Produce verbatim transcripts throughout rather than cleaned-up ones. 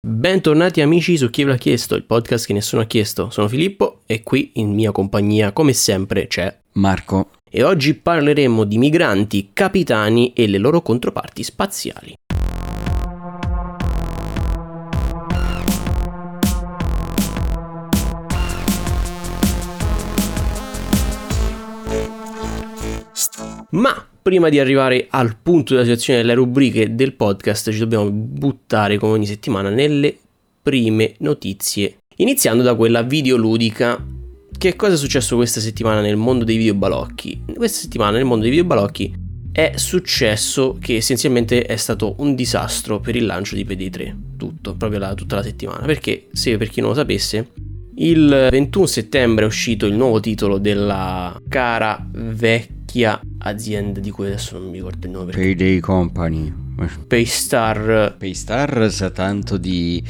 Bentornati amici su Chi ve l'ha chiesto, il podcast che nessuno ha chiesto. Sono Filippo e qui in mia compagnia, come sempre, c'è Marco. E oggi parleremo di migranti, capitani e le loro controparti spaziali. Ma prima di arrivare al punto della situazione delle rubriche del podcast ci dobbiamo buttare come ogni settimana nelle prime notizie, iniziando da quella videoludica. Che cosa è successo questa settimana nel mondo dei videobalocchi? Questa settimana nel mondo dei videobalocchi è successo che essenzialmente è stato un disastro per il lancio di Payday tre, tutto, proprio la, tutta la settimana, perché se per chi non lo sapesse, il ventuno settembre è uscito il nuovo titolo della cara vecchia azienda di cui adesso non mi ricordo il nome. Payday Company. Paystar. Paystar sa tanto di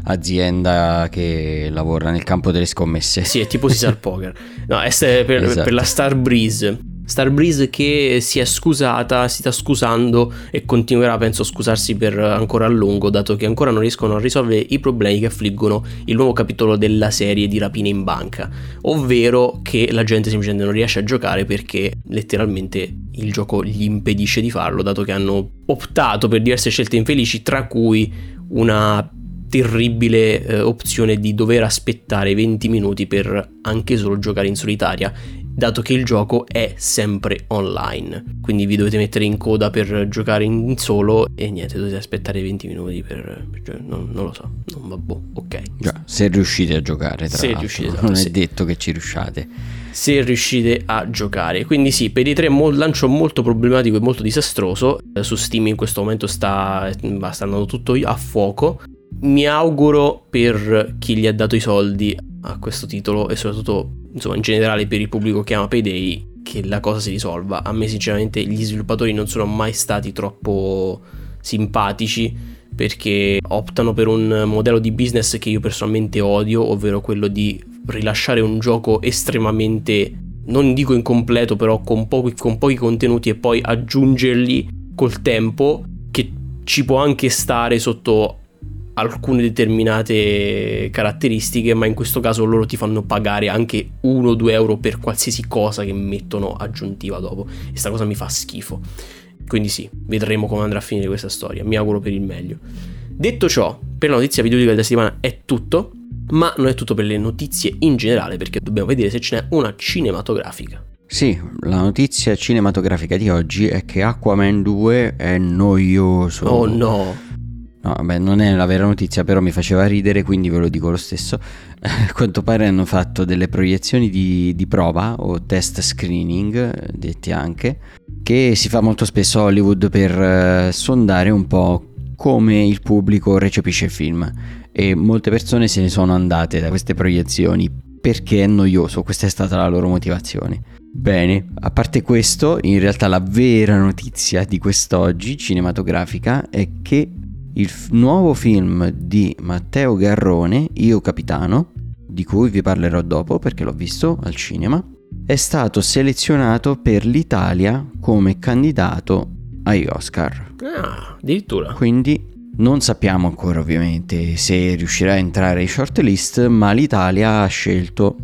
azienda che lavora nel campo delle scommesse. Sì, è tipo Caesar Poker. No, è per, esatto. per la Starbreeze. Starbreeze che si è scusata, si sta scusando e continuerà, penso, a scusarsi per ancora a lungo, dato che ancora non riescono a risolvere i problemi che affliggono il nuovo capitolo della serie di rapine in banca, ovvero che la gente semplicemente non riesce a giocare perché letteralmente il gioco gli impedisce di farlo, dato che hanno optato per diverse scelte infelici, tra cui una terribile eh, opzione di dover aspettare venti minuti per anche solo giocare in solitaria, dato che il gioco è sempre online, quindi vi dovete mettere in coda per giocare in solo e niente, dovete aspettare venti minuti per, per non, non lo so, non va boh, ok. Già, se riuscite a giocare, tra se l'altro, riuscite, esatto, non è se, detto che ci riusciate. Se riuscite a giocare, quindi sì, Payday tre è un lancio molto problematico e molto disastroso. Su Steam in questo momento sta, sta andando tutto a fuoco. Mi auguro per chi gli ha dato i soldi a questo titolo e soprattutto, insomma, in generale per il pubblico che ama Payday, che la cosa si risolva. A me sinceramente gli sviluppatori non sono mai stati troppo simpatici, perché optano per un modello di business che io personalmente odio, ovvero quello di rilasciare un gioco estremamente, non dico incompleto, però con pochi, con pochi contenuti e poi aggiungerli col tempo, che ci può anche stare sotto alcune determinate caratteristiche, ma in questo caso loro ti fanno pagare anche uno o due euro per qualsiasi cosa che mettono aggiuntiva dopo, e sta cosa mi fa schifo. Quindi sì, vedremo come andrà a finire questa storia, mi auguro per il meglio. Detto ciò, per la notizia videoludica della settimana è tutto, ma non è tutto per le notizie in generale, perché dobbiamo vedere se ce n'è una cinematografica. Sì, la notizia cinematografica di oggi è che Aquaman due è noioso. Oh no! No, vabbè, non è la vera notizia, però mi faceva ridere, quindi ve lo dico lo stesso. A quanto pare hanno fatto delle proiezioni di, di prova o test screening, detti anche, che si fa molto spesso a Hollywood per uh, sondare un po' come il pubblico recepisce il film, e molte persone se ne sono andate da queste proiezioni perché è noioso. Questa è stata la loro motivazione. Bene, a parte questo, in realtà la vera notizia di quest'oggi cinematografica è che il f- nuovo film di Matteo Garrone, Io Capitano, di cui vi parlerò dopo perché l'ho visto al cinema, è stato selezionato per l'Italia come candidato agli Oscar. Ah, addirittura. Quindi non sappiamo ancora ovviamente se riuscirà a entrare in shortlist, ma l'Italia ha scelto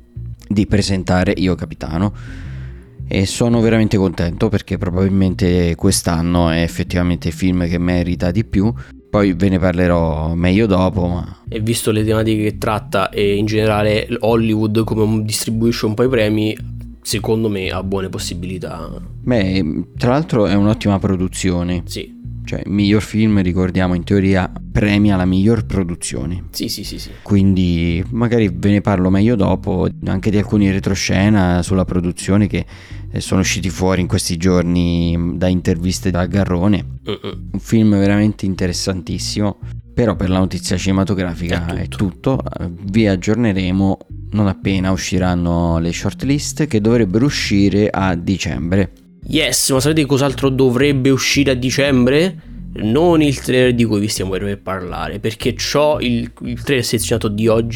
di presentare Io Capitano e sono veramente contento, perché probabilmente quest'anno è effettivamente il film che merita di più. Poi ve ne parlerò meglio dopo, ma... E visto le tematiche che tratta e in generale Hollywood come distribuisce un po' i premi, secondo me ha buone possibilità. Beh, tra l'altro è un'ottima produzione. Sì. Cioè, miglior film, ricordiamo, in teoria premia la miglior produzione. Sì, sì, sì, sì. Quindi magari ve ne parlo meglio dopo, anche di alcuni retroscena sulla produzione che sono usciti fuori in questi giorni da interviste da Garrone. Uh-uh. Un film veramente interessantissimo. Però per la notizia cinematografica è tutto. è tutto. Vi aggiorneremo non appena usciranno le shortlist, che dovrebbero uscire a dicembre. Yes, ma sapete cos'altro dovrebbe uscire a dicembre? Non il trailer di cui vi stiamo per parlare, perché c'ho il, il trailer selezionato di oggi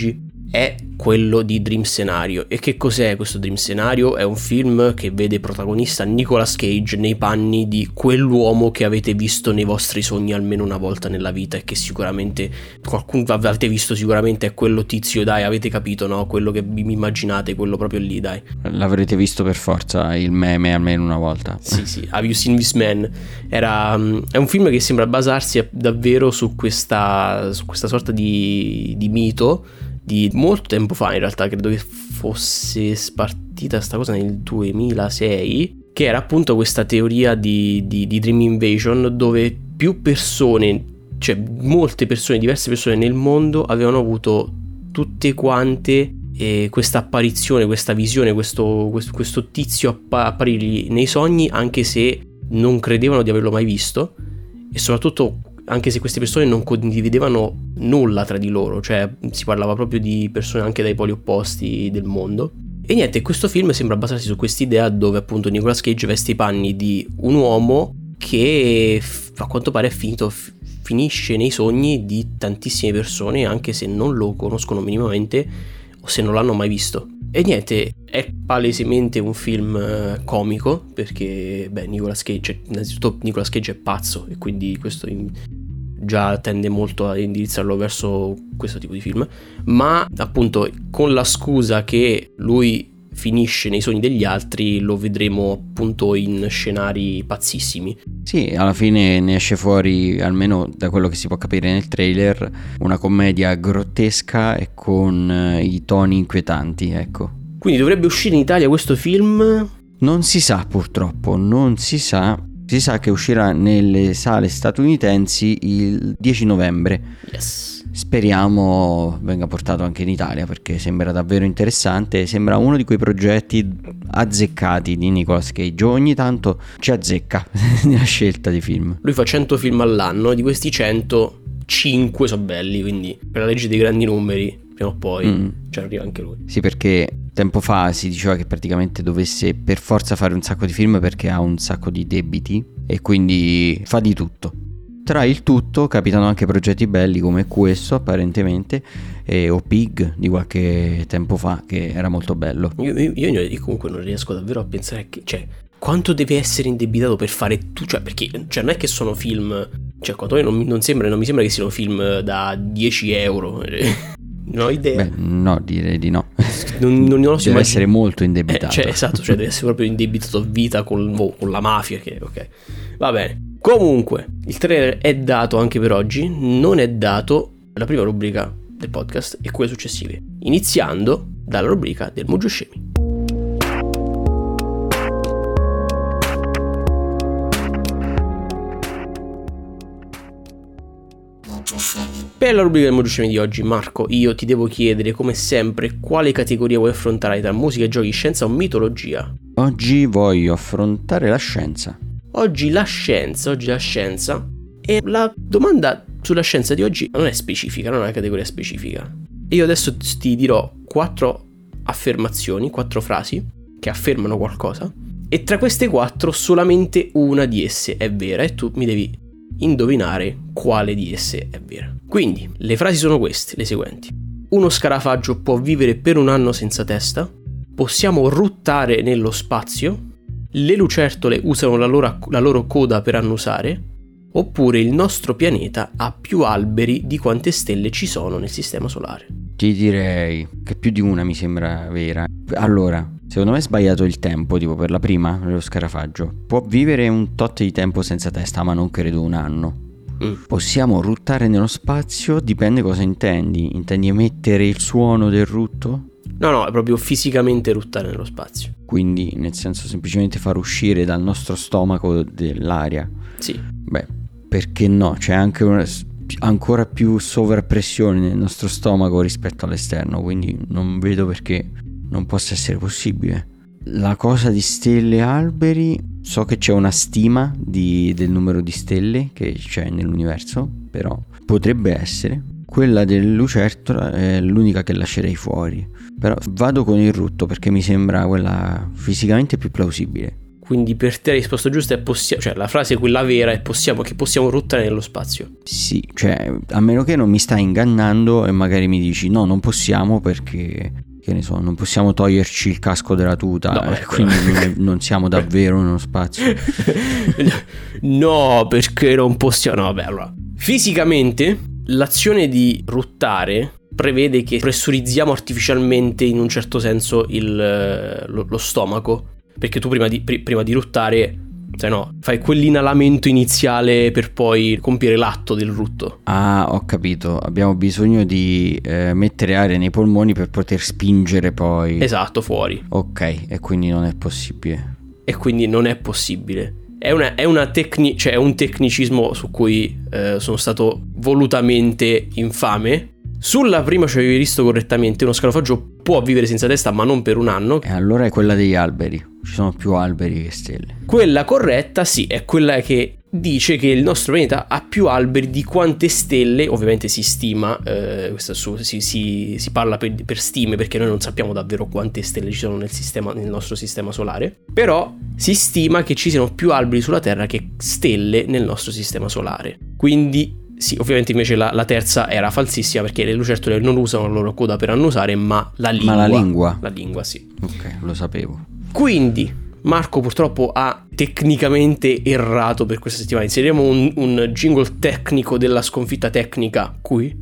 è quello di Dream Scenario. E che cos'è questo Dream Scenario? È un film che vede protagonista Nicolas Cage nei panni di quell'uomo che avete visto nei vostri sogni almeno una volta nella vita, e che sicuramente qualcuno avete visto, sicuramente è quello tizio, dai, avete capito, no? Quello che vi immaginate, quello proprio lì, dai. L'avrete visto per forza il meme almeno una volta. Sì, sì, Have You Seen This Man? Era, è un film che sembra basarsi davvero su questa, su questa sorta di, di mito di molto tempo fa, in realtà credo che fosse spartita sta cosa nel duemilasei, che era appunto questa teoria di, di, di Dream Invasion, dove più persone, cioè molte persone, diverse persone nel mondo avevano avuto tutte quante eh, questa apparizione, questa visione, questo, questo, questo tizio appa- apparirgli nei sogni, anche se non credevano di averlo mai visto, e soprattutto anche se queste persone non condividevano nulla tra di loro, cioè si parlava proprio di persone anche dai poli opposti del mondo. E niente, questo film sembra basarsi su quest'idea dove appunto Nicolas Cage veste i panni di un uomo che a quanto pare è finito, f- finisce nei sogni di tantissime persone, anche se non lo conoscono minimamente o se non l'hanno mai visto. E niente, è palesemente un film uh, comico, perché beh, Nicolas Cage, innanzitutto Nicolas Cage è pazzo, e quindi questo in, già tende molto a indirizzarlo verso questo tipo di film, ma appunto con la scusa che lui finisce nei sogni degli altri lo vedremo appunto in scenari pazzissimi. Sì, alla fine ne esce fuori, almeno da quello che si può capire nel trailer, una commedia grottesca e con eh, i toni inquietanti, ecco. Quindi dovrebbe uscire in Italia questo film? Non si sa, purtroppo, non si sa. Si sa che uscirà nelle sale statunitensi il dieci novembre. Yes. Speriamo venga portato anche in Italia, perché sembra davvero interessante. Sembra uno di quei progetti azzeccati di Nicolas Cage. Ogni tanto ci azzecca nella scelta di film. Lui fa cento film all'anno, di questi cento, cinque sono belli, quindi per la legge dei grandi numeri prima o poi mm. ci arriva anche lui. Sì, perché tempo fa si diceva che praticamente dovesse per forza fare un sacco di film perché ha un sacco di debiti e quindi fa di tutto. Tra il tutto capitano anche progetti belli come questo apparentemente, e, o Pig di qualche tempo fa, che era molto bello. Io, io, io comunque non riesco davvero a pensare che, cioè, quanto deve essere indebitato per fare tu, cioè, perché cioè, non è che sono film, cioè quanto non, non, sembra, non mi sembra che siano film da dieci euro. Non ho idea. Beh, no, direi di no. Non, non, non deve essere molto indebitato. Eh, cioè, esatto, cioè deve essere proprio indebitato a vita con, oh, con la mafia. Che, ok, va bene. Comunque, il trailer è dato anche per oggi. Non è dato la prima rubrica del podcast e quelle successive, iniziando dalla rubrica del Mojo Scemi. Per la rubrica del Mojo Scemi di oggi, Marco, io ti devo chiedere come sempre quale categoria vuoi affrontare tra musica, giochi, scienza o mitologia? Oggi voglio affrontare la scienza. Oggi la scienza, oggi la scienza. E la domanda sulla scienza di oggi non è specifica, non è una categoria specifica. Io adesso ti dirò quattro affermazioni, quattro frasi che affermano qualcosa, e tra queste quattro solamente una di esse è vera e tu mi devi indovinare quale di esse è vera. Quindi, le frasi sono queste, le seguenti. Uno scarafaggio può vivere per un anno senza testa. Possiamo ruttare nello spazio. Le lucertole usano la loro, la loro coda per annusare. Oppure il nostro pianeta ha più alberi di quante stelle ci sono nel sistema solare. Ti direi che più di una mi sembra vera. Allora, secondo me è sbagliato il tempo, tipo per la prima, lo scarafaggio. Può vivere un tot di tempo senza testa, ma non credo un anno. Mm. Possiamo ruttare nello spazio? Dipende cosa intendi. Intendi emettere il suono del rutto? No, no, è proprio fisicamente ruttare nello spazio. Quindi, nel senso, semplicemente far uscire dal nostro stomaco dell'aria. Sì. Beh, perché no? C'è anche una, ancora più sovrappressione nel nostro stomaco rispetto all'esterno, quindi non vedo perché non possa essere possibile. La cosa di stelle e alberi, so che c'è una stima di, del numero di stelle che c'è nell'universo, però potrebbe essere. Quella del lucertola è l'unica che lascerei fuori, però vado con il rutto perché mi sembra quella fisicamente più plausibile. quindi per te la risposta giusta è possiamo, cioè la frase quella vera è possiamo, che possiamo ruttare nello spazio. Sì, cioè a meno che non mi stai ingannando e magari mi dici no, non possiamo perché, che ne so, non possiamo toglierci il casco della tuta, no, eh, quindi non, non siamo davvero nello spazio. No, perché non possiamo. No, vabbè, allora, fisicamente l'azione di ruttare prevede che pressurizziamo artificialmente in un certo senso il, lo, lo stomaco, perché tu prima di, pr- prima di ruttare, sai, no, fai quell'inalamento iniziale per poi compiere l'atto del rutto. Ah, ho capito, abbiamo bisogno di eh, mettere aria nei polmoni per poter spingere poi. Esatto, fuori. Ok, e quindi non è possibile. E quindi non è possibile. È una, è una tecni- cioè è un tecnicismo su cui eh, sono stato volutamente infame. Sulla prima ci avevi visto correttamente, uno scalofaggio può vivere senza testa ma non per un anno. E allora è quella degli alberi, ci sono più alberi che stelle. Quella corretta sì, è quella che dice che il nostro pianeta ha più alberi di quante stelle, ovviamente si stima, eh, questo su, si, si, si parla per, per stime perché noi non sappiamo davvero quante stelle ci sono nel, sistema, nel nostro sistema solare, però si stima che ci siano più alberi sulla Terra che stelle nel nostro sistema solare, quindi sì, ovviamente invece la, la terza era falsissima perché le lucertole non usano la loro coda per annusare, ma la lingua. Ma la lingua? La lingua, sì. Ok, lo sapevo. Quindi Marco purtroppo ha tecnicamente errato per questa settimana. Inseriamo un, un jingle tecnico della sconfitta tecnica qui.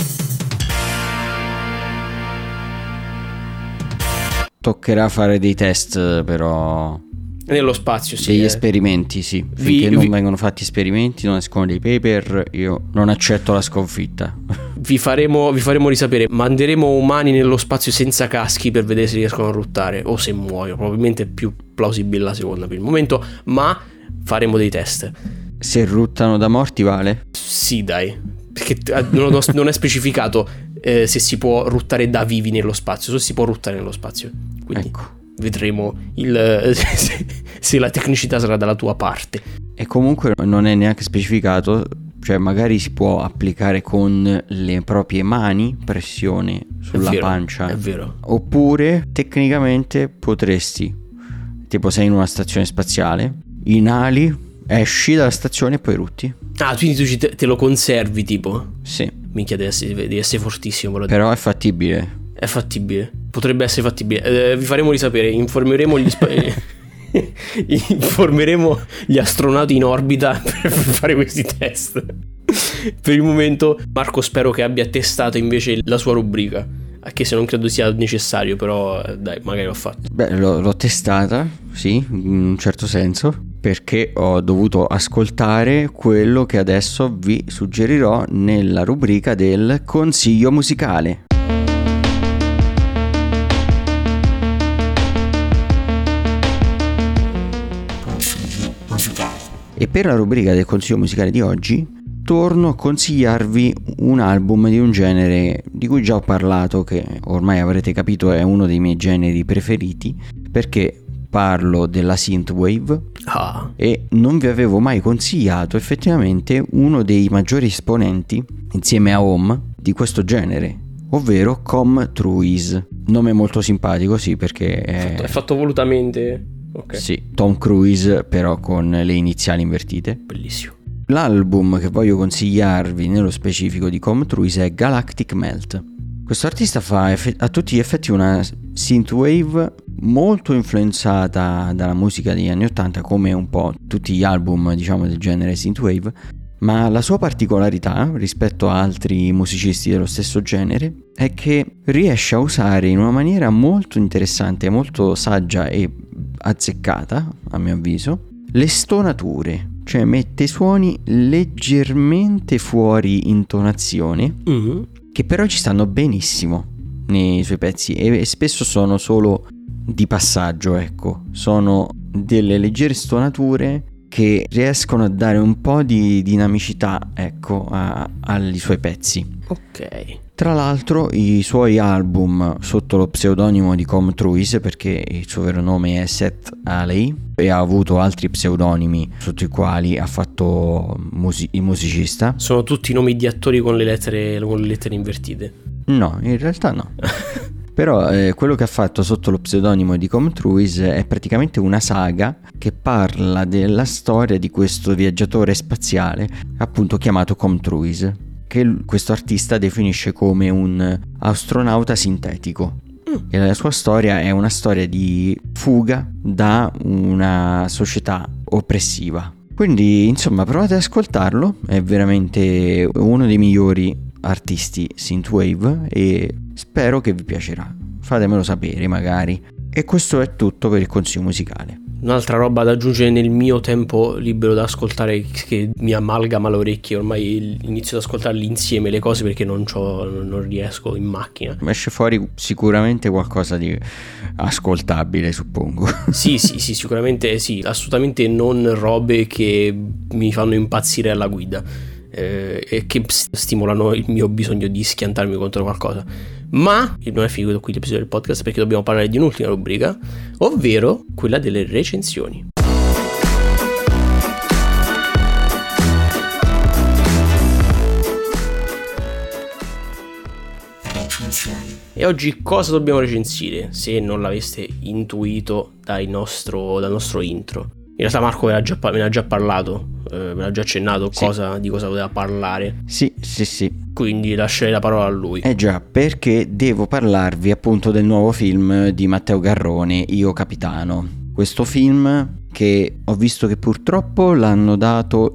Toccherà fare dei test però. Nello spazio, sì. Degli eh. esperimenti, sì. Vi, Finché non vi, vengono fatti esperimenti, non escono dei paper, io non accetto la sconfitta. Vi faremo, vi faremo risapere. Manderemo umani nello spazio senza caschi per vedere se riescono a ruttare o se muoiono. Probabilmente è più plausibile la seconda per il momento, ma faremo dei test. Se ruttano da morti vale? Sì, dai. Perché non, ho, non è specificato eh, se si può ruttare da vivi nello spazio, se si può ruttare nello spazio. Quindi ecco. Vedremo il, se, se la tecnicità sarà dalla tua parte. E comunque non è neanche specificato, cioè magari si può applicare con le proprie mani pressione sulla è vero, pancia. È vero. Oppure tecnicamente potresti, tipo sei in una stazione spaziale, inali, esci dalla stazione e poi rutti. Ah, quindi tu te, te lo conservi tipo? Sì. Minchia, devi essere, devi essere fortissimo. Però, però è fattibile. È fattibile. Potrebbe essere fattibile. Eh, vi faremo risapere. Informeremo gli spa- informeremo gli astronauti in orbita per fare questi test. Per il momento Marco spero che abbia testato invece la sua rubrica, anche se non credo sia necessario, però dai, magari l'ho fatto. Beh, l'ho, l'ho testata, sì, in un certo senso, perché ho dovuto ascoltare quello che adesso vi suggerirò nella rubrica del consiglio musicale. E per la rubrica del consiglio musicale di oggi torno a consigliarvi un album di un genere di cui già ho parlato, che ormai avrete capito è uno dei miei generi preferiti, perché parlo della synthwave. Ah. E non vi avevo mai consigliato effettivamente uno dei maggiori esponenti insieme a Home di questo genere, ovvero Com Truise. Nome molto simpatico, sì, perché è, è, fatto, è fatto volutamente. Okay. Sì, Tom Cruise però con le iniziali invertite. Bellissimo. L'album che voglio consigliarvi nello specifico di Com Truise è Galactic Melt. Questo artista fa eff- a tutti gli effetti una synthwave molto influenzata dalla musica degli anni ottanta, come un po' tutti gli album, diciamo, del genere synthwave, ma la sua particolarità rispetto a altri musicisti dello stesso genere è che riesce a usare in una maniera molto interessante, molto saggia e azzeccata, a mio avviso, le stonature, cioè mette suoni leggermente fuori intonazione, mm-hmm. che però ci stanno benissimo nei suoi pezzi e spesso sono solo di passaggio, ecco, sono delle leggere stonature che riescono a dare un po' di dinamicità, ecco, a, ai suoi pezzi. Ok. Tra l'altro i suoi album sotto lo pseudonimo di Com Truise, perché il suo vero nome è Seth Alley e ha avuto altri pseudonimi sotto i quali ha fatto music- il musicista. Sono tutti nomi di attori con le lettere, con le lettere invertite? No, in realtà no. Però eh, quello che ha fatto sotto lo pseudonimo di Com Truise è praticamente una saga che parla della storia di questo viaggiatore spaziale, appunto chiamato Com Truise, che questo artista definisce come un astronauta sintetico. E la sua storia è una storia di fuga da una società oppressiva. Quindi insomma provate ad ascoltarlo, è veramente uno dei migliori artisti synthwave e spero che vi piacerà. Fatemelo sapere magari. E questo è tutto per il consiglio musicale. Un'altra roba da aggiungere nel mio tempo libero da ascoltare, che mi amalgama le orecchie, ormai inizio ad ascoltarli insieme le cose perché non, c'ho, non riesco in macchina. Esce fuori sicuramente qualcosa di ascoltabile, suppongo. Sì, sì, sì, sicuramente sì, assolutamente non robe che mi fanno impazzire alla guida eh, e che stimolano il mio bisogno di schiantarmi contro qualcosa. Ma non è finito qui l'episodio del podcast, perché dobbiamo parlare di un'ultima rubrica, ovvero quella delle recensioni. E oggi cosa dobbiamo recensire, se non l'aveste intuito dal nostro, dal nostro intro? In realtà Marco me l'ha già, me l'ha già parlato, eh, me l'ha già accennato sì. cosa, di cosa voleva parlare. Sì, sì, sì. Quindi lascerei la parola a lui. Eh già, perché devo parlarvi appunto del nuovo film di Matteo Garrone, Io Capitano. Questo film che ho visto che purtroppo l'hanno dato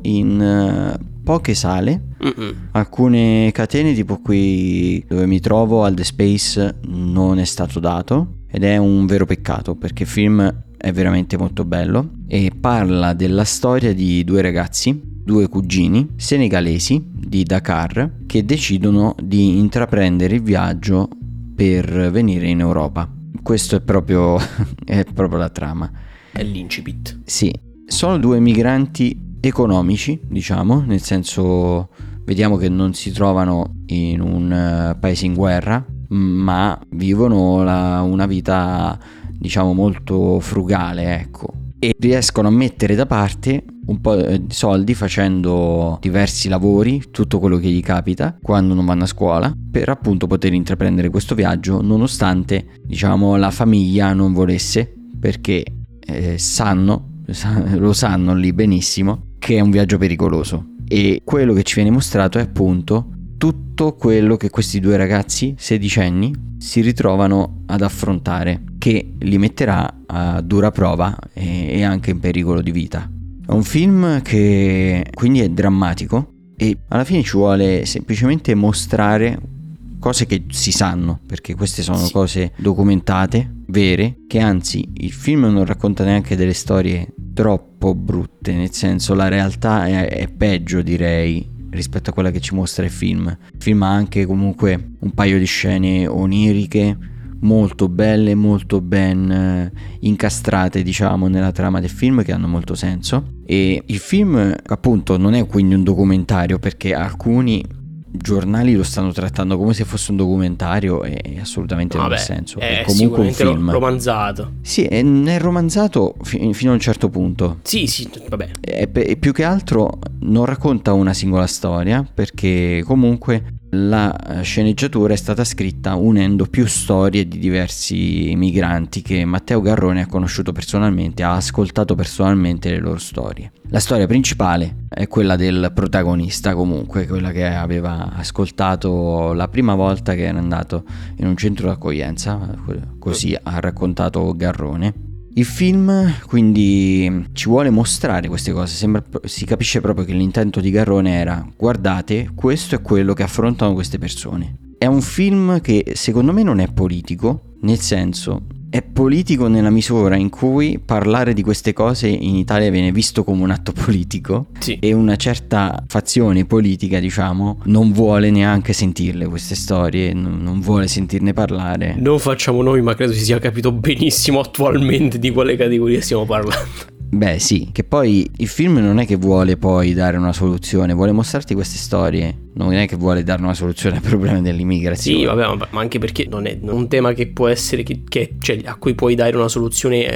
in uh, poche sale. Mm-mm. Alcune catene tipo qui dove mi trovo al The Space non è stato dato. Ed è un vero peccato, perché il film è veramente molto bello e parla della storia di due ragazzi, due cugini senegalesi di Dakar, che decidono di intraprendere il viaggio per venire in Europa. Questo è proprio, è proprio la trama. È l'incipit. Sì, sono due migranti economici, diciamo, nel senso vediamo che non si trovano in un paese in guerra, ma vivono la, una vita diciamo molto frugale, ecco, e riescono a mettere da parte un po' di soldi facendo diversi lavori, tutto quello che gli capita quando non vanno a scuola, per appunto poter intraprendere questo viaggio, nonostante diciamo la famiglia non volesse, perché eh, sanno, lo sanno lì benissimo che è un viaggio pericoloso. E quello che ci viene mostrato è appunto tutto quello che questi due ragazzi sedicenni si ritrovano ad affrontare, che li metterà a dura prova e, e anche in pericolo di vita. È un film che quindi è drammatico e alla fine ci vuole semplicemente mostrare cose che si sanno, perché queste sono sì. cose documentate, vere, che anzi il film non racconta neanche delle storie troppo brutte, nel senso la realtà è, è peggio, direi, rispetto a quella che ci mostra il film. Il film ha anche comunque un paio di scene oniriche molto belle, molto ben incastrate diciamo nella trama del film, che hanno molto senso. E il film appunto non è quindi un documentario, perché alcuni giornali lo stanno trattando come se fosse un documentario e assolutamente Vabbè, non ha senso. è, è comunque un film romanzato. Sì, è, è romanzato fi- fino a un certo punto. Sì, sì, vabbè. E, e più che altro non racconta una singola storia, perché comunque la sceneggiatura è stata scritta unendo più storie di diversi migranti che Matteo Garrone ha conosciuto personalmente, ha ascoltato personalmente le loro storie. La storia principale è quella del protagonista, comunque quella che aveva ascoltato la prima volta che era andato in un centro d'accoglienza, così ha raccontato Garrone. Il film quindi ci vuole mostrare queste cose, sembra, si capisce proprio che l'intento di Garrone era: guardate, questo è quello che affrontano queste persone. È un film che secondo me non è politico, nel senso è politico nella misura in cui parlare di queste cose in Italia viene visto come un atto politico, sì. E una certa fazione politica, diciamo, non vuole neanche sentirle queste storie, non, non vuole sentirne parlare. Non facciamo noi, ma credo si sia capito benissimo attualmente di quale categoria stiamo parlando. Beh sì, che poi il film non è che vuole poi dare una soluzione, vuole mostrarti queste storie, non è che vuole dare una soluzione al problema dell'immigrazione. Sì, vabbè, ma anche perché non è un tema che può essere, che, che, cioè, a cui puoi dare una soluzione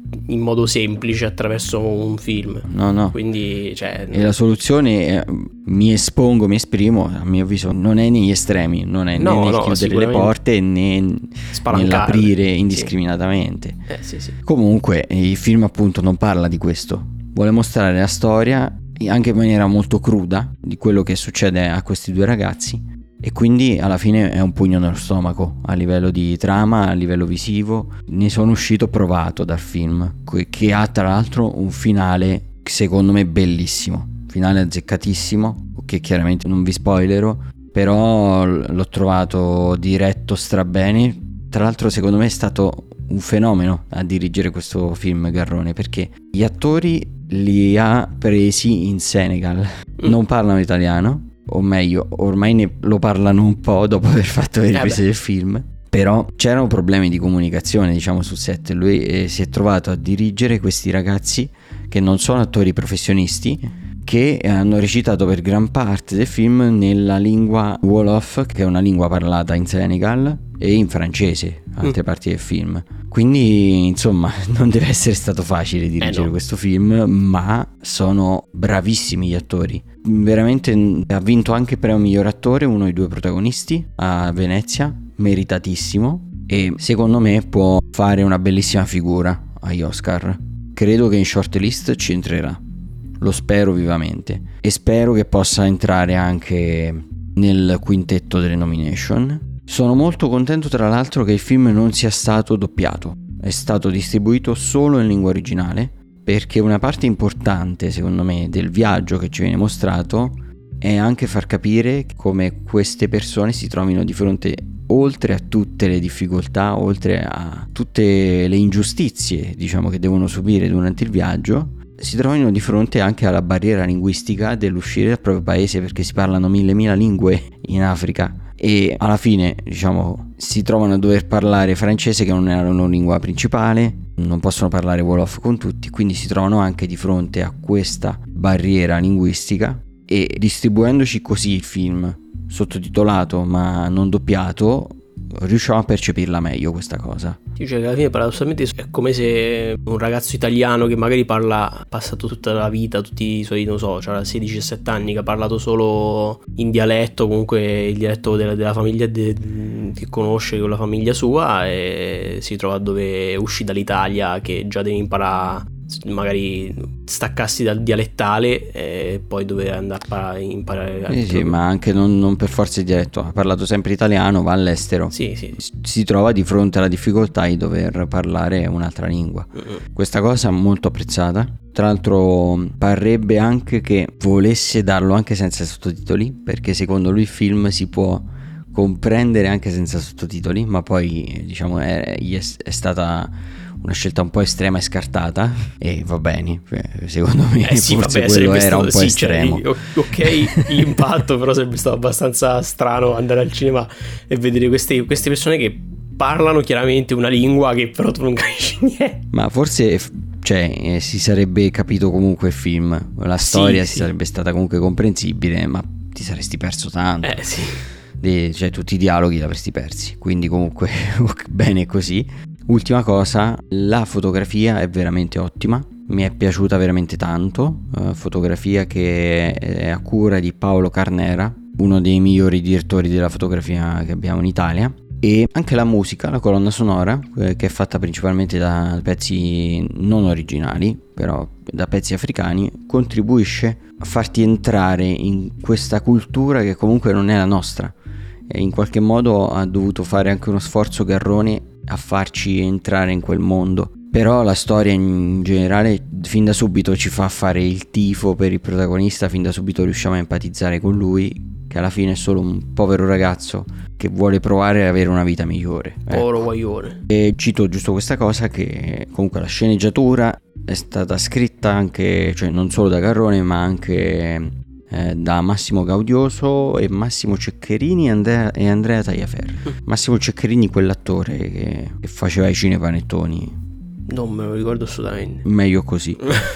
in modo semplice attraverso un film. No, no. Quindi, cioè, e la soluzione è, mi espongo, mi esprimo, a mio avviso non è negli estremi, non è no, né nel no, chiudere le porte né nell'aprire indiscriminatamente. Sì. Eh, sì, sì. Comunque il film appunto non parla di questo, vuole mostrare la storia anche in maniera molto cruda di quello che succede a questi due ragazzi, e quindi alla fine è un pugno nello stomaco a livello di trama, a livello visivo. Ne sono uscito provato dal film, che ha tra l'altro un finale secondo me bellissimo, finale azzeccatissimo, che chiaramente non vi spoilerò, però l'ho trovato diretto strabene. Tra l'altro secondo me è stato un fenomeno a dirigere questo film Garrone, perché gli attori li ha presi in Senegal, non parlano italiano, o meglio ormai ne lo parlano un po' dopo aver fatto le riprese eh del film, però c'erano problemi di comunicazione, diciamo, sul set. Lui eh, si è trovato a dirigere questi ragazzi che non sono attori professionisti, che hanno recitato per gran parte del film nella lingua Wolof, che è una lingua parlata in Senegal, e in francese, altre mm. parti del film. Quindi insomma non deve essere stato facile dirigere eh no. questo film, ma sono bravissimi gli attori. Veramente ha vinto anche premio miglior attore uno dei due protagonisti a Venezia, meritatissimo, e secondo me può fare una bellissima figura agli Oscar. Credo che in shortlist ci entrerà, lo spero vivamente, e spero che possa entrare anche nel quintetto delle nomination. Sono molto contento tra l'altro che il film non sia stato doppiato, è stato distribuito solo in lingua originale, perché una parte importante secondo me del viaggio che ci viene mostrato è anche far capire come queste persone si trovino di fronte, oltre a tutte le difficoltà, oltre a tutte le ingiustizie, diciamo, che devono subire durante il viaggio, si trovino di fronte anche alla barriera linguistica dell'uscire dal proprio paese, perché si parlano mille mila lingue in Africa e alla fine, diciamo, si trovano a dover parlare francese, che non è la loro lingua principale, non possono parlare Wolof con tutti, quindi si trovano anche di fronte a questa barriera linguistica. E distribuendoci così il film sottotitolato ma non doppiato, riusciamo a percepirla meglio questa cosa. Cioè, alla fine paradossalmente è come se un ragazzo italiano che magari parla, ha passato tutta la vita, tutti i suoi, non so, cioè sedici diciassette anni, che ha parlato solo in dialetto, comunque il dialetto della, della famiglia de, che conosce con la famiglia sua, e si trova dove uscì dall'Italia, che già deve imparare, magari staccarsi dal dialettale e poi dover andare a imparare eh sì, ma anche non, non per forza il dialetto, ha parlato sempre italiano, va all'estero, sì, sì. si trova di fronte alla difficoltà di dover parlare un'altra lingua. Mm-hmm. Questa cosa molto apprezzata. Tra l'altro parrebbe anche che volesse darlo anche senza sottotitoli, perché secondo lui il film si può comprendere anche senza sottotitoli, ma poi diciamo è, è, è stata una scelta un po' estrema e scartata, e va bene, secondo me eh sì, forse vabbè, quello era stato, un po' sì, estremo. Cioè, ok l'impatto, però sarebbe stato abbastanza strano andare al cinema e vedere queste, queste persone che parlano chiaramente una lingua che però tu non capisci niente. Ma forse, cioè, eh, si sarebbe capito comunque il film, la storia sì, si sì. sarebbe stata comunque comprensibile, ma ti saresti perso tanto. Eh sì. De, cioè tutti i dialoghi li avresti persi, quindi comunque bene così. Ultima cosa, la fotografia è veramente ottima, mi è piaciuta veramente tanto, uh, fotografia che è a cura di Paolo Carnera, uno dei migliori direttori della fotografia che abbiamo in Italia, e anche la musica, la colonna sonora, eh, che è fatta principalmente da pezzi non originali, però da pezzi africani, contribuisce a farti entrare in questa cultura che comunque non è la nostra, e in qualche modo ha dovuto fare anche uno sforzo Garrone a farci entrare in quel mondo. Però la storia in generale fin da subito ci fa fare il tifo per il protagonista, fin da subito riusciamo a empatizzare con lui, che alla fine è solo un povero ragazzo che vuole provare ad avere una vita migliore. Povero guaglione. E cito giusto questa cosa, che comunque la sceneggiatura è stata scritta anche, cioè non solo da Garrone, ma anche eh, da Massimo Gaudioso e Massimo Ceccherini e Andrea, e Andrea Tagliaferri. Massimo Ceccherini, quell'attore che, che faceva i cinepanettoni. Non me lo ricordo assolutamente. Meglio così.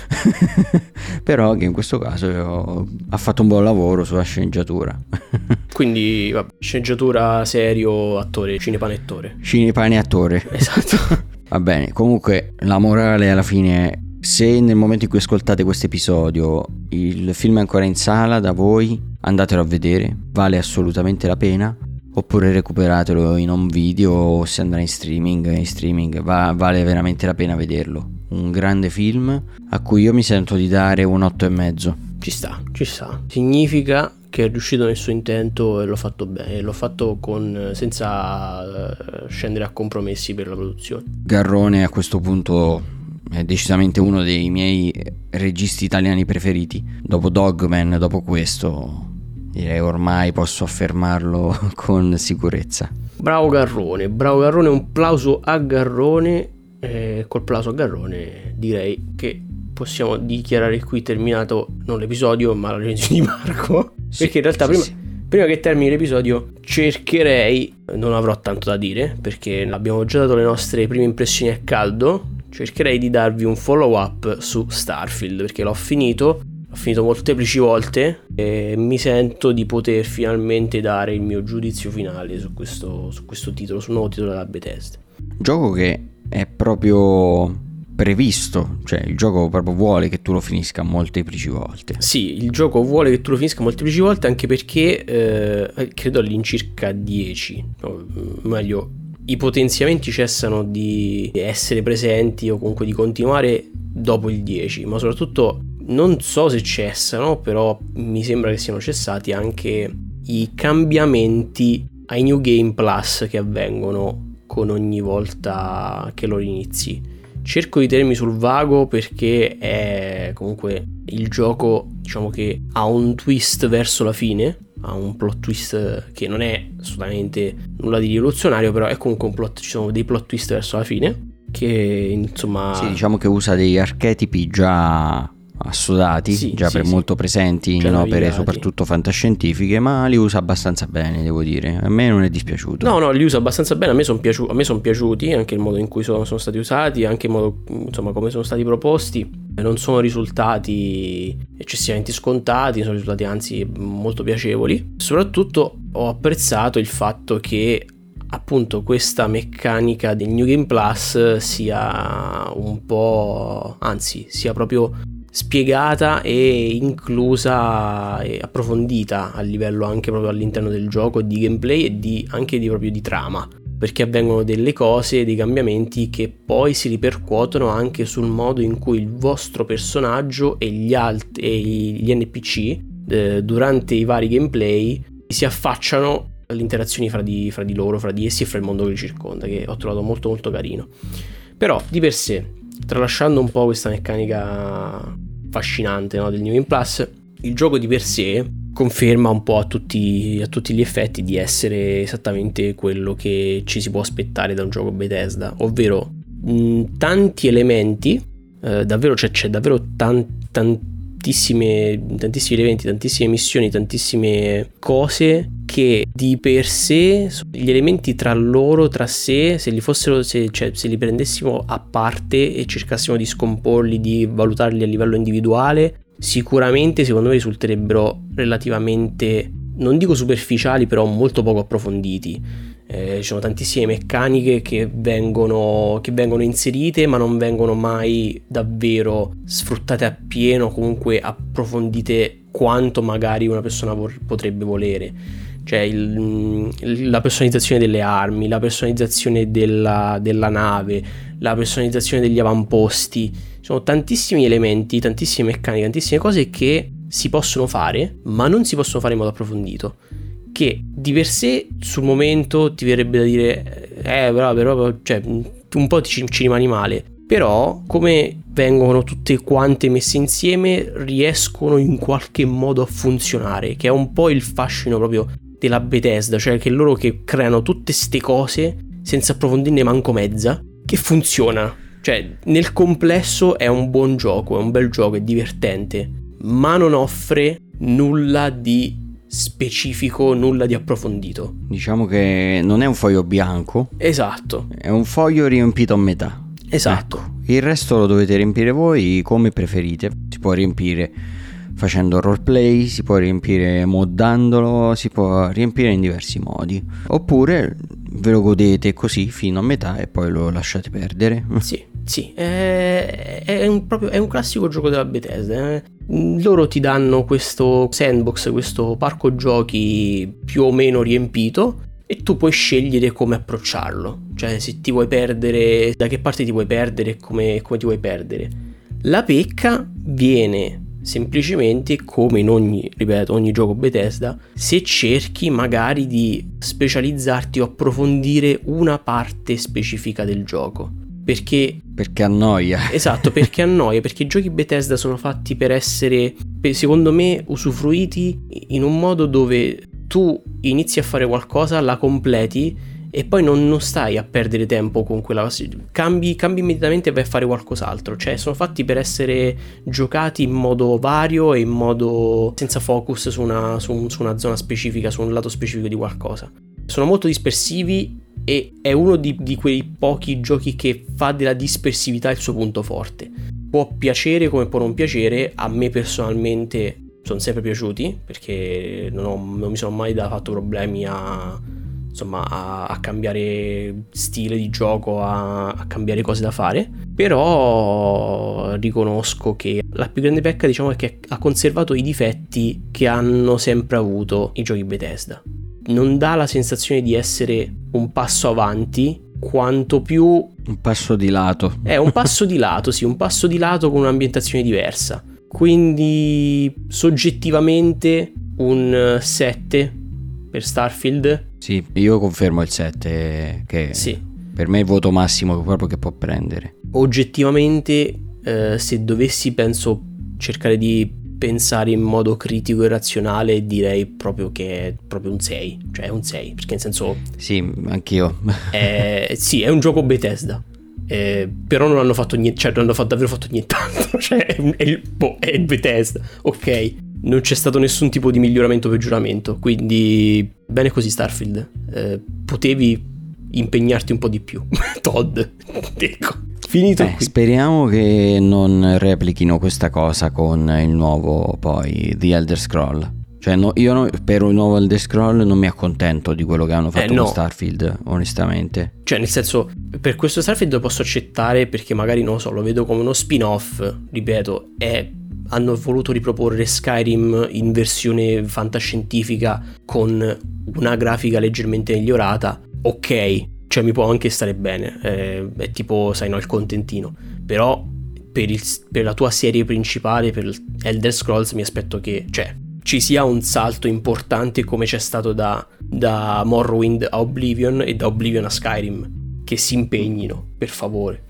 Però che in questo caso ha fatto un buon lavoro sulla sceneggiatura. Quindi vabbè, sceneggiatura, serio, attore, cinepanettore. Cinepaneattore. Esatto. Va bene, comunque la morale alla fine è: se nel momento in cui ascoltate questo episodio il film è ancora in sala da voi, andatelo a vedere, vale assolutamente la pena. Oppure recuperatelo in home video, o se andrà in streaming, in streaming va, vale veramente la pena vederlo. Un grande film a cui io mi sento di dare un otto e mezzo. Ci sta, ci sta. Significa che è riuscito nel suo intento e l'ho fatto bene, l'ho fatto con senza uh, scendere a compromessi per la produzione. Garrone a questo punto è decisamente uno dei miei registi italiani preferiti. Dopo Dogman, dopo questo, direi ormai posso affermarlo con sicurezza. Bravo Garrone, bravo Garrone, un plauso a Garrone. E col plauso a Garrone direi che possiamo dichiarare qui terminato non l'episodio ma la recensione di Marco, sì, perché in realtà sì, prima, sì. prima che termini l'episodio cercherei, non avrò tanto da dire perché abbiamo già dato le nostre prime impressioni a caldo, cercherei di darvi un follow up su Starfield perché l'ho finito Ho finito molteplici volte e mi sento di poter finalmente dare il mio giudizio finale su questo, su questo titolo, sul nuovo titolo della Bethesda. Gioco che è proprio previsto, cioè il gioco proprio vuole che tu lo finisca molteplici volte. Sì, il gioco vuole che tu lo finisca molteplici volte, anche perché eh, credo all'incirca dieci, no, meglio, i potenziamenti cessano di essere presenti o comunque di continuare dopo il dieci, ma soprattutto non so se cessano, però mi sembra che siano cessati anche i cambiamenti ai New Game Plus che avvengono con ogni volta che lo inizi. Cerco di tenermi sul vago perché è comunque il gioco, diciamo, che ha un twist verso la fine, ha un plot twist che non è assolutamente nulla di rivoluzionario, però è comunque un plot, ci sono dei plot twist verso la fine che insomma sì, diciamo che usa degli archetipi già assodati, sì, già sì, per sì. molto presenti già in opere navigati. Soprattutto fantascientifiche, ma li usa abbastanza bene, devo dire. A me non è dispiaciuto. No, no, li usa abbastanza bene. A me sono piaciuti, a me sono piaciuti anche il modo in cui sono, sono stati usati, anche il modo, insomma, come sono stati proposti. Non sono risultati eccessivamente scontati, sono risultati anzi molto piacevoli. Soprattutto ho apprezzato il fatto che appunto questa meccanica del New Game Plus sia un po', anzi, sia proprio spiegata e inclusa e approfondita a livello anche proprio all'interno del gioco di gameplay e di anche di proprio di trama, perché avvengono delle cose, dei cambiamenti che poi si ripercuotono anche sul modo in cui il vostro personaggio e gli altri e gli N P C eh, durante i vari gameplay si affacciano alle interazioni fra di, fra di loro, fra di essi e fra il mondo che li circonda, che ho trovato molto molto carino. Però di per sé, tralasciando un po' questa meccanica affascinante, no, del New Game Plus, il gioco di per sé conferma un po' a tutti, a tutti gli effetti di essere esattamente quello che ci si può aspettare da un gioco Bethesda, ovvero mh, tanti elementi, eh, davvero c'è, c'è davvero tan, tantissime, tantissimi elementi, tantissime missioni, tantissime cose che di per sé gli elementi tra loro, tra sé, se li fossero, se, cioè, se li prendessimo a parte e cercassimo di scomporli, di valutarli a livello individuale, sicuramente secondo me risulterebbero relativamente, non dico superficiali, però molto poco approfonditi. Eh, ci sono tantissime meccaniche che vengono, che vengono inserite ma non vengono mai davvero sfruttate appieno, comunque approfondite quanto magari una persona vor- potrebbe volere. Cioè il, la personalizzazione delle armi, la personalizzazione della, della nave, la personalizzazione degli avamposti. Ci sono tantissimi elementi, tantissime meccaniche, tantissime cose che si possono fare, ma non si possono fare in modo approfondito. Che di per sé sul momento ti verrebbe da dire eh però, però cioè, un po' ci, ci rimani male. Però come vengono tutte quante messe insieme riescono in qualche modo a funzionare, che è un po' il fascino proprio della Bethesda, cioè che loro che creano tutte ste cose senza approfondirne manco mezza, che funziona. Cioè nel complesso è un buon gioco, è un bel gioco, è divertente, ma non offre nulla di specifico, nulla di approfondito. Diciamo che non è un foglio bianco. Esatto. È un foglio riempito a metà. Esatto. Ecco, il resto lo dovete riempire voi come preferite. Si può riempire facendo roleplay, si può riempire moddandolo, si può riempire in diversi modi. Oppure ve lo godete così fino a metà e poi lo lasciate perdere. Sì, sì, è, è, un, proprio, è un classico gioco della Bethesda. Eh. Loro ti danno questo sandbox, questo parco giochi più o meno riempito, e tu puoi scegliere come approcciarlo, cioè se ti vuoi perdere, da che parte ti vuoi perdere e come, come ti vuoi perdere. La pecca viene semplicemente, come in ogni, ripeto, ogni gioco Bethesda, se cerchi magari di specializzarti o approfondire una parte specifica del gioco. Perché perché annoia. Esatto, perché annoia, perché i giochi Bethesda sono fatti per essere, secondo me, usufruiti in un modo dove tu inizi a fare qualcosa, la completi e poi non, non stai a perdere tempo con quella, cambi, cambi immediatamente e vai a fare qualcos'altro. Cioè sono fatti per essere giocati in modo vario e in modo senza focus su una, su, su una zona specifica, su un lato specifico di qualcosa. Sono molto dispersivi e è uno di, di quei pochi giochi che fa della dispersività il suo punto forte. Può piacere come può non piacere, a me personalmente sono sempre piaciuti perché non, ho, non mi sono mai fatto problemi a, insomma, a, a cambiare stile di gioco, a, a cambiare cose da fare. Però riconosco che la più grande pecca, diciamo, è che ha conservato i difetti che hanno sempre avuto i giochi Bethesda. Non dà la sensazione di essere un passo avanti, quanto più un passo di lato. È un passo di lato, sì, un passo di lato con un'ambientazione diversa. Quindi soggettivamente un sette per Starfield. Sì, io confermo il sette, che sì, per me è il voto massimo proprio che può prendere. Oggettivamente, eh, se dovessi, penso, cercare di pensare in modo critico e razionale, direi proprio che è proprio un sei, cioè è un sei, perché nel senso... Sì, anch'io. È, sì, è un gioco Bethesda. Eh, però non hanno fatto niente, cioè non hanno fatto, davvero fatto nient'altro, cioè è, è, il, boh, è il Bethesda, ok, non c'è stato nessun tipo di miglioramento o peggioramento, quindi bene così Starfield, eh, potevi impegnarti un po' di più. Todd, ecco, finito eh, speriamo che non replichino questa cosa con il nuovo poi The Elder Scroll. Cioè no, io no, per un nuovo Elder Scroll non mi accontento di quello che hanno fatto eh, no. con Starfield, onestamente. Cioè nel senso, per questo Starfield lo posso accettare perché magari, non lo so, lo vedo come uno spin-off, ripeto, è, hanno voluto riproporre Skyrim in versione fantascientifica con una grafica leggermente migliorata, ok, cioè mi può anche stare bene, eh, è tipo, sai, no, il contentino, però per, il, per la tua serie principale, per Elder Scrolls, mi aspetto che, cioè, ci sia un salto importante come c'è stato da, da Morrowind a Oblivion e da Oblivion a Skyrim, che si impegnino, per favore.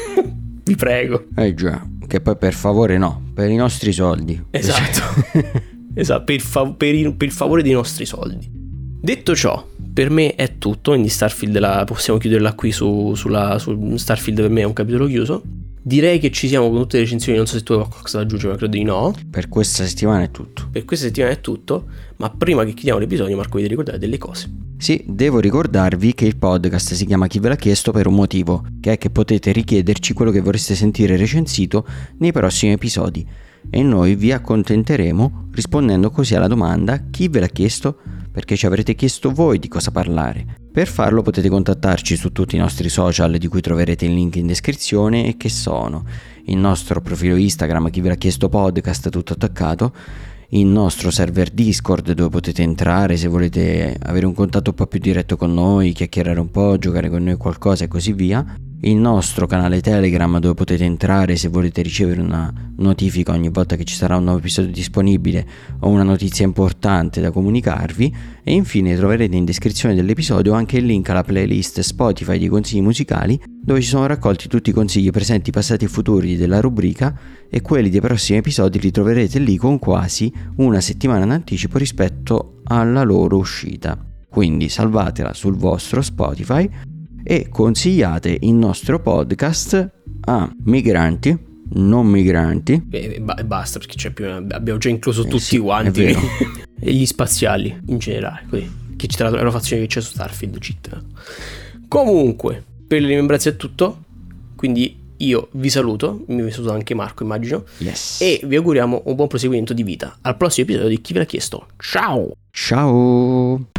Vi prego. Eh già, che poi per favore no, per i nostri soldi. Esatto. Esatto, per, fa- per, il, per il favore dei nostri soldi. Detto ciò, per me è tutto, quindi Starfield la, possiamo chiuderla qui su, sulla, su Starfield. Per me è un capitolo chiuso. Direi che ci siamo con tutte le recensioni, non so se tu hai qualcosa da aggiungere, ma credo di no. Per questa settimana è tutto. Per questa settimana è tutto, ma prima che chiudiamo l'episodio, Marco, vi devi ricordare delle cose. Sì, devo ricordarvi che il podcast si chiama Chi ve l'ha chiesto per un motivo, che è che potete richiederci quello che vorreste sentire recensito nei prossimi episodi e noi vi accontenteremo rispondendo così alla domanda chi ve l'ha chiesto, perché ci avrete chiesto voi di cosa parlare. Per farlo potete contattarci su tutti i nostri social, di cui troverete il link in descrizione, e che sono il nostro profilo Instagram Chi ve l'ha chiesto podcast, tutto attaccato, il nostro server Discord dove potete entrare se volete avere un contatto un po' più diretto con noi, chiacchierare un po', giocare con noi qualcosa e così via, il nostro canale Telegram dove potete entrare se volete ricevere una notifica ogni volta che ci sarà un nuovo episodio disponibile o una notizia importante da comunicarvi, e infine troverete in descrizione dell'episodio anche il link alla playlist Spotify dei consigli musicali, dove ci sono raccolti tutti i consigli presenti, passati e futuri della rubrica, e quelli dei prossimi episodi li troverete lì con quasi una settimana in anticipo rispetto alla loro uscita. Quindi salvatela sul vostro Spotify e consigliate il nostro podcast a migranti, non migranti, e basta, perché c'è più, abbiamo già incluso eh tutti sì, quanti e gli spaziali in generale, così, che c'è la relazione che c'è su Starfield, cheat. Comunque, per le rimembranze è tutto, quindi io vi saluto, mi saluto anche Marco, immagino, yes. E vi auguriamo un buon proseguimento di vita al prossimo episodio di Chi ve l'ha chiesto. Ciao. Ciao.